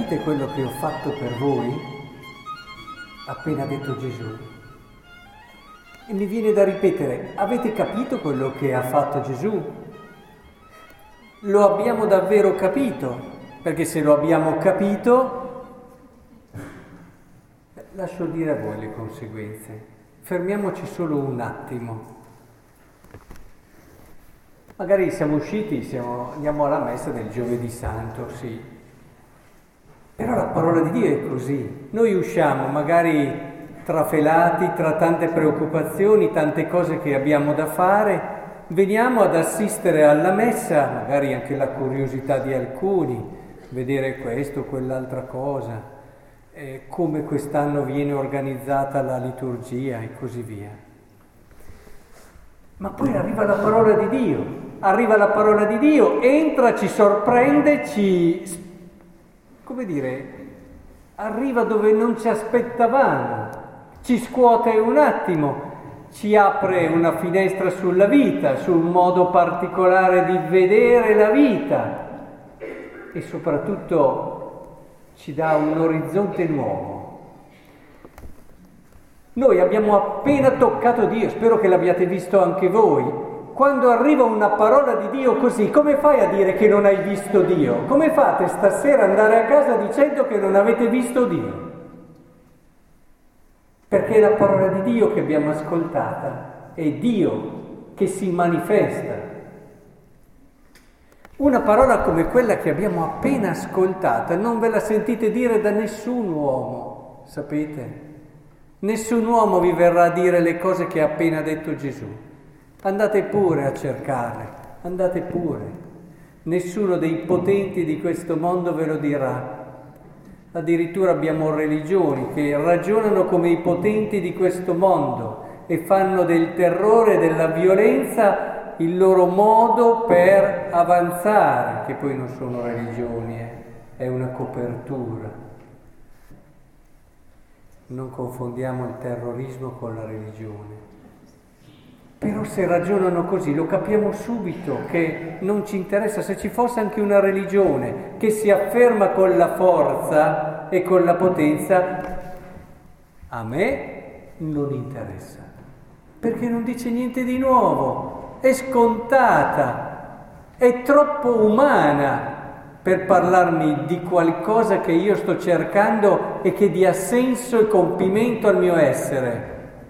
capite quello che ho fatto per voi? Ha appena detto Gesù. E mi viene da ripetere, avete capito quello che ha fatto Gesù? Lo abbiamo davvero capito? Perché se lo abbiamo capito, lascio dire a voi le conseguenze. Fermiamoci solo un attimo. Magari siamo usciti, andiamo alla messa del Giovedì Santo, sì. Però la parola di Dio è così. Noi usciamo magari trafelati tra tante preoccupazioni, tante cose che abbiamo da fare, veniamo ad assistere alla messa, magari anche la curiosità di alcuni, vedere questo, quell'altra cosa, come quest'anno viene organizzata la liturgia e così via. Ma poi arriva la parola di Dio, entra, ci sorprende, arriva dove non ci aspettavamo, ci scuote un attimo, ci apre una finestra sulla vita, su un modo particolare di vedere la vita e soprattutto ci dà un orizzonte nuovo. Noi abbiamo appena toccato Dio, spero che l'abbiate visto anche voi. Quando arriva una parola di Dio così, come fai a dire che non hai visto Dio? Come fate stasera ad andare a casa dicendo che non avete visto Dio? Perché è la parola di Dio che abbiamo ascoltata, è Dio che si manifesta. Una parola come quella che abbiamo appena ascoltata non ve la sentite dire da nessun uomo, sapete? Nessun uomo vi verrà a dire le cose che ha appena detto Gesù. Andate pure a cercarle, andate pure. Nessuno dei potenti di questo mondo ve lo dirà. Addirittura abbiamo religioni che ragionano come i potenti di questo mondo e fanno del terrore e della violenza il loro modo per avanzare, che poi non sono religioni, è una copertura. Non confondiamo il terrorismo con la religione. Però se ragionano così lo capiamo subito che non ci interessa. Se ci fosse anche una religione che si afferma con la forza e con la potenza, a me non interessa, perché non dice niente di nuovo, è scontata, è troppo umana per parlarmi di qualcosa che io sto cercando e che dia senso e compimento al mio essere.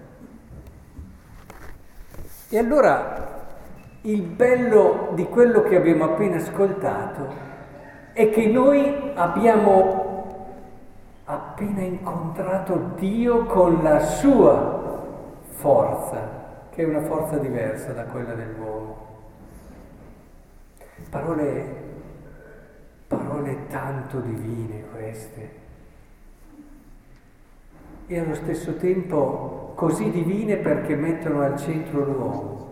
E allora il bello di quello che abbiamo appena ascoltato è che noi abbiamo appena incontrato Dio con la sua forza, che è una forza diversa da quella dell'uomo. Parole tanto divine queste, e allo stesso tempo così divine perché mettono al centro l'uomo.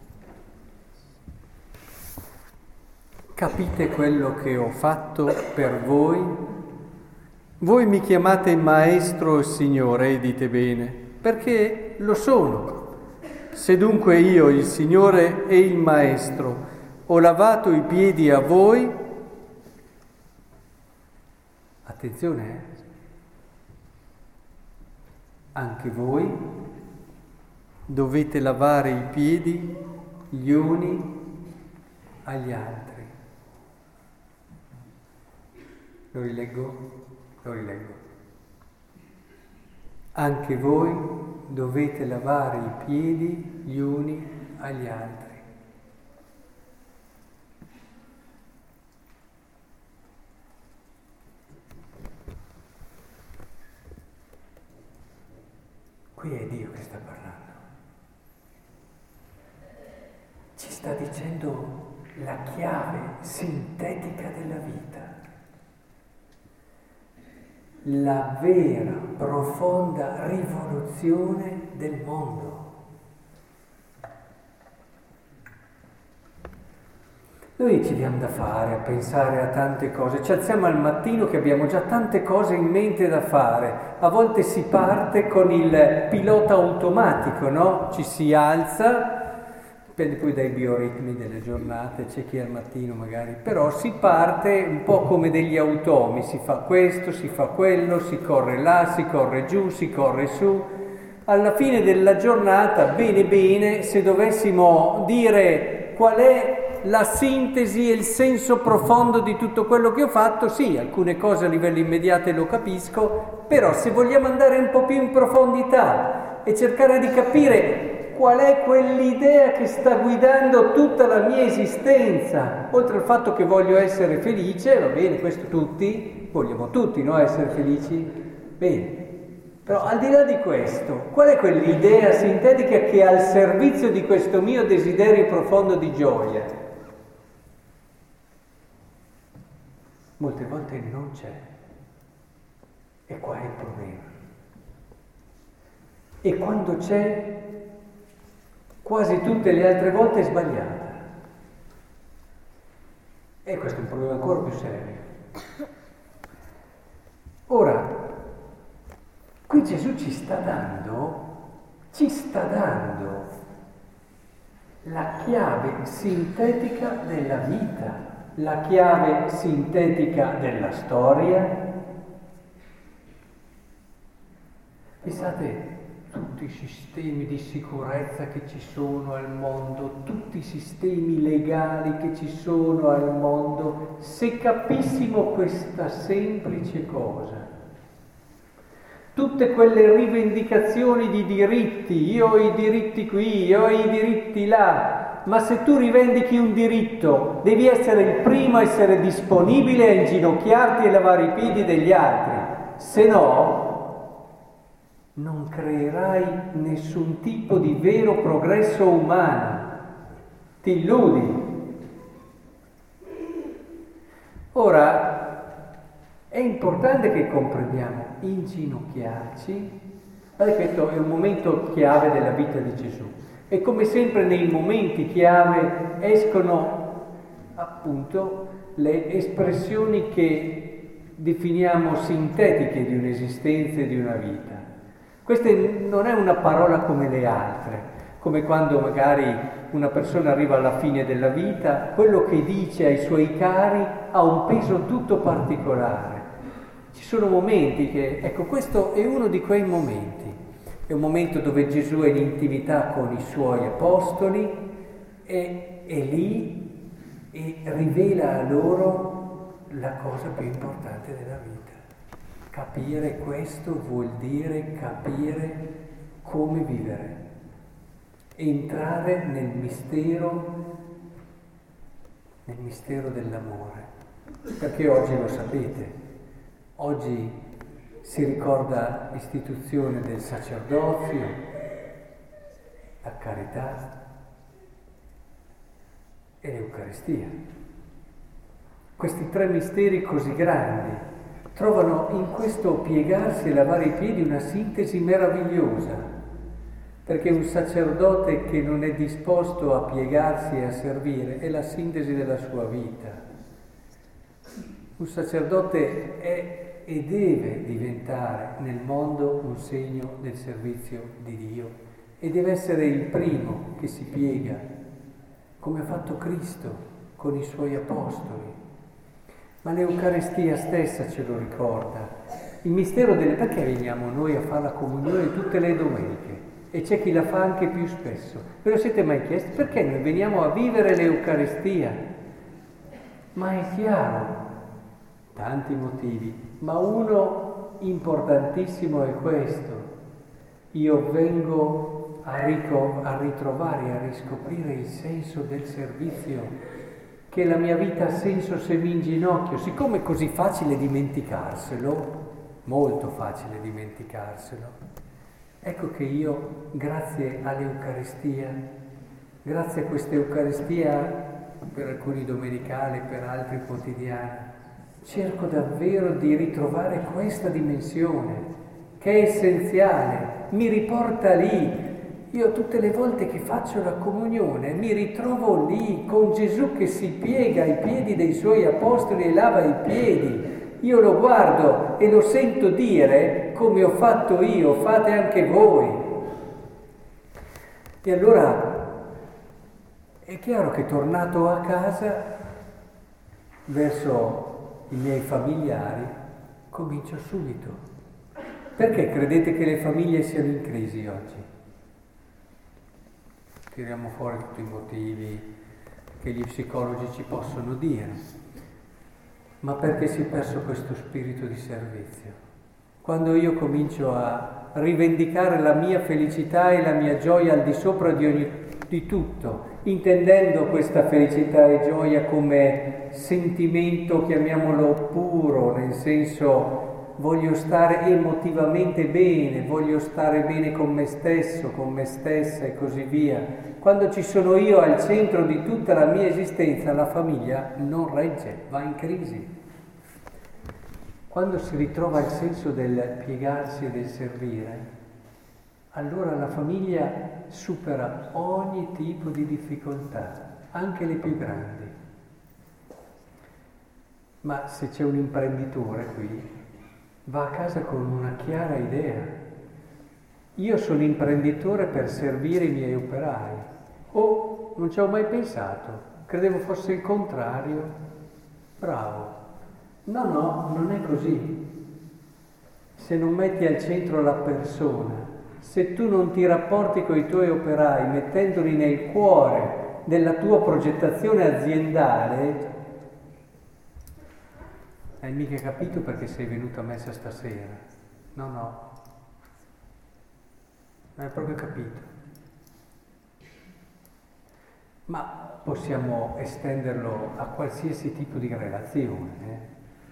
Capite quello che ho fatto per voi? Voi mi chiamate Maestro e Signore e dite bene, perché lo sono. Se dunque io, il Signore e il Maestro, ho lavato i piedi a voi, attenzione, anche voi dovete lavare i piedi gli uni agli altri. Lo rileggo? Anche voi dovete lavare i piedi gli uni agli altri. Qui è Dio che sta parlando. Ci sta dicendo la chiave sintetica della vita. La vera, profonda rivoluzione del mondo. Noi ci diamo da fare, a pensare a tante cose, ci alziamo al mattino che abbiamo già tante cose in mente da fare, a volte si parte con il pilota automatico, no? Ci si alza, dipende poi dai bioritmi delle giornate, c'è chi al mattino magari, però si parte un po' come degli automi, si fa questo, si fa quello, si corre là, si corre giù, si corre su. Alla fine della giornata, bene bene, se dovessimo dire qual è la sintesi e il senso profondo di tutto quello che ho fatto, sì, alcune cose a livello immediato lo capisco, però se vogliamo andare un po' più in profondità e cercare di capire qual è quell'idea che sta guidando tutta la mia esistenza, oltre al fatto che voglio essere felice, va bene, questo vogliamo tutti, no, essere felici, bene. Però al di là di questo, qual è quell'idea sintetica che è al servizio di questo mio desiderio profondo di gioia? Molte volte non c'è. E qua è il problema. E quando c'è, quasi tutte le altre volte è sbagliata. E questo è un problema ancora più serio. Ora, qui Gesù ci sta dando la chiave sintetica della vita, la chiave sintetica della storia. Pensate, tutti i sistemi di sicurezza che ci sono al mondo, tutti i sistemi legali che ci sono al mondo, se capissimo questa semplice cosa, tutte quelle rivendicazioni di diritti, io ho i diritti qui, io ho i diritti là, ma se tu rivendichi un diritto devi essere il primo a essere disponibile a inginocchiarti e lavare i piedi degli altri, se no non creerai nessun tipo di vero progresso umano, ti illudi. Ora, è importante che comprendiamo, inginocchiarci, questo è un momento chiave della vita di Gesù. E come sempre nei momenti chiave escono appunto le espressioni che definiamo sintetiche di un'esistenza e di una vita. Questa non è una parola come le altre, come quando magari una persona arriva alla fine della vita, quello che dice ai suoi cari ha un peso tutto particolare. Ci sono momenti che, ecco, questo è uno di quei momenti. È un momento dove Gesù è in intimità con i suoi apostoli e è lì e rivela a loro la cosa più importante della vita. Capire questo vuol dire capire come vivere, entrare nel mistero dell'amore. Perché oggi lo sapete, oggi si ricorda l'istituzione del sacerdozio, la carità e l'Eucaristia. Questi tre misteri così grandi trovano in questo piegarsi e lavare i piedi una sintesi meravigliosa, perché un sacerdote che non è disposto a piegarsi e a servire è la sintesi della sua vita. Un sacerdote è e deve diventare nel mondo un segno del servizio di Dio e deve essere il primo che si piega, come ha fatto Cristo con i suoi apostoli. Ma l'Eucaristia stessa ce lo ricorda. Il mistero perché veniamo noi a fare la comunione tutte le domeniche? E c'è chi la fa anche più spesso. Ve lo siete mai chiesti? Perché noi veniamo a vivere l'Eucaristia? Ma è chiaro, tanti motivi, ma uno importantissimo è questo. Io vengo a ritrovare, a riscoprire il senso del servizio, che la mia vita ha senso se mi inginocchio. Siccome è così facile dimenticarselo, molto facile dimenticarselo, ecco che io, grazie all'Eucaristia, grazie a questa Eucaristia, per alcuni domenicali, per altri quotidiani, cerco davvero di ritrovare questa dimensione, che è essenziale, mi riporta lì. Io tutte le volte che faccio la comunione mi ritrovo lì con Gesù che si piega ai piedi dei suoi apostoli e lava i piedi. Io lo guardo e lo sento dire come ho fatto io, fate anche voi. E allora È chiaro che tornato a casa, verso i miei familiari, comincio subito. Perché credete che le famiglie siano in crisi oggi? Tiriamo fuori tutti i motivi che gli psicologi ci possono dire, ma perché si è perso questo spirito di servizio. Quando io comincio a rivendicare la mia felicità e la mia gioia al di sopra di tutto, intendendo questa felicità e gioia come sentimento, chiamiamolo puro, nel senso voglio stare emotivamente bene, voglio stare bene con me stesso, con me stessa e così via. Quando ci sono io al centro di tutta la mia esistenza, la famiglia non regge, va in crisi. Quando si ritrova il senso del piegarsi e del servire, allora la famiglia supera ogni tipo di difficoltà, anche le più grandi. Ma se c'è un imprenditore qui, va a casa con una chiara idea. Io sono imprenditore per servire i miei operai. Oh, non ci ho mai pensato, credevo fosse il contrario. Bravo. No, non è così. Se non metti al centro la persona, se tu non ti rapporti con i tuoi operai mettendoli nel cuore della tua progettazione aziendale, hai mica capito perché sei venuto a messa stasera? No, non hai proprio capito. Ma possiamo estenderlo a qualsiasi tipo di relazione.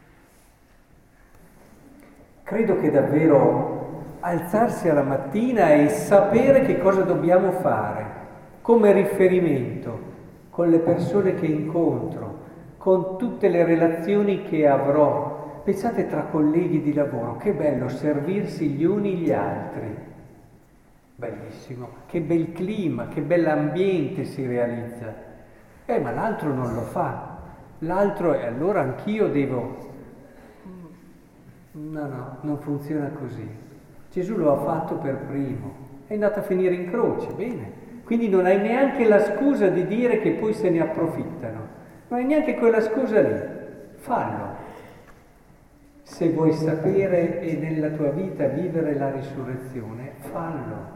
Credo che davvero alzarsi alla mattina e sapere che cosa dobbiamo fare come riferimento con le persone che incontro, con tutte le relazioni che avrò. Pensate tra colleghi di lavoro, che bello servirsi gli uni gli altri. Bellissimo, che bel clima, che bell'ambiente si realizza. Ma l'altro non lo fa. L'altro, e allora anch'io devo... No, non funziona così. Gesù lo ha fatto per primo, è andato a finire in croce, bene. Quindi non hai neanche la scusa di dire che poi se ne approfittano. Non hai neanche quella scusa lì. Fallo. Se vuoi sapere e nella tua vita vivere la risurrezione, fallo.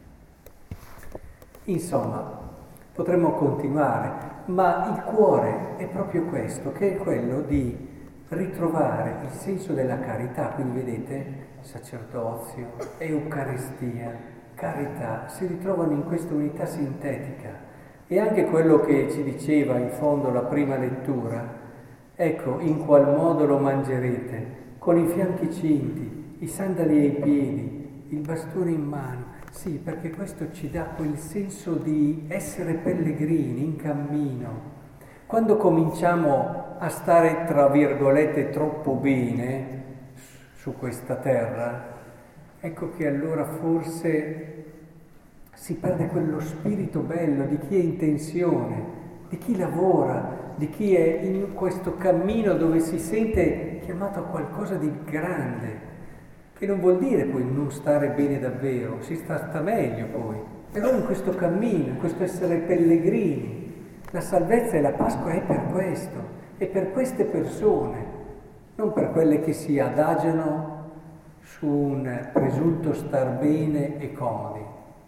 Insomma, potremmo continuare, ma il cuore è proprio questo, che è quello di ritrovare il senso della carità. Quindi vedete, sacerdozio, Eucaristia, carità, si ritrovano in questa unità sintetica. E anche quello che ci diceva in fondo la prima lettura, ecco, in qual modo lo mangerete, con i fianchi cinti, i sandali ai piedi, il bastone in mano. Sì, perché questo ci dà quel senso di essere pellegrini in cammino. Quando cominciamo a stare, tra virgolette, troppo bene su questa terra, ecco che allora forse si perde quello spirito bello di chi è in tensione, di chi lavora, di chi è in questo cammino dove si sente chiamato a qualcosa di grande. Che non vuol dire poi non stare bene davvero, si sta meglio poi, però in questo cammino, in questo essere pellegrini, la salvezza e la Pasqua è per questo, è per queste persone, non per quelle che si adagiano su un presunto star bene e comodi.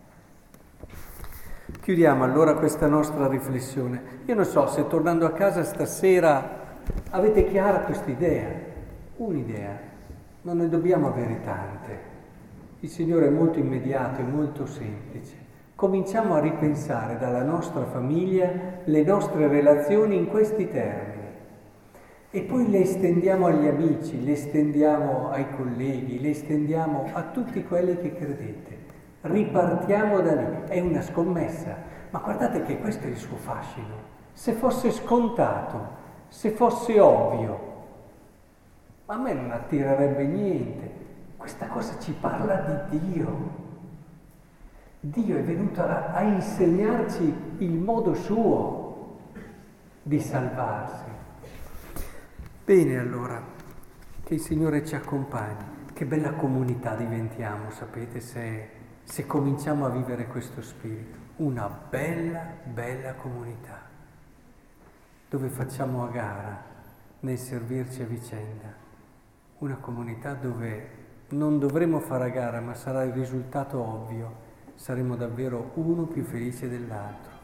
Chiudiamo allora questa nostra riflessione. Io non so se tornando a casa stasera avete chiara questa idea, un'idea. Non ne dobbiamo avere tante. Il Signore è molto immediato e molto semplice. Cominciamo a ripensare dalla nostra famiglia le nostre relazioni in questi termini. E poi le estendiamo agli amici, le estendiamo ai colleghi, le estendiamo a tutti quelli che credete. Ripartiamo da lì. È una scommessa. Ma guardate che questo è il suo fascino. Se fosse scontato, se fosse ovvio, a me non attirerebbe niente. Questa cosa ci parla di Dio. Dio è venuto a insegnarci il modo suo di salvarsi. Bene allora, che il Signore ci accompagni. Che bella comunità diventiamo, sapete, se se cominciamo a vivere questo spirito, una bella, bella comunità, dove facciamo a gara nel servirci a vicenda, una comunità dove non dovremo fare a gara, ma sarà il risultato ovvio, saremo davvero uno più felice dell'altro.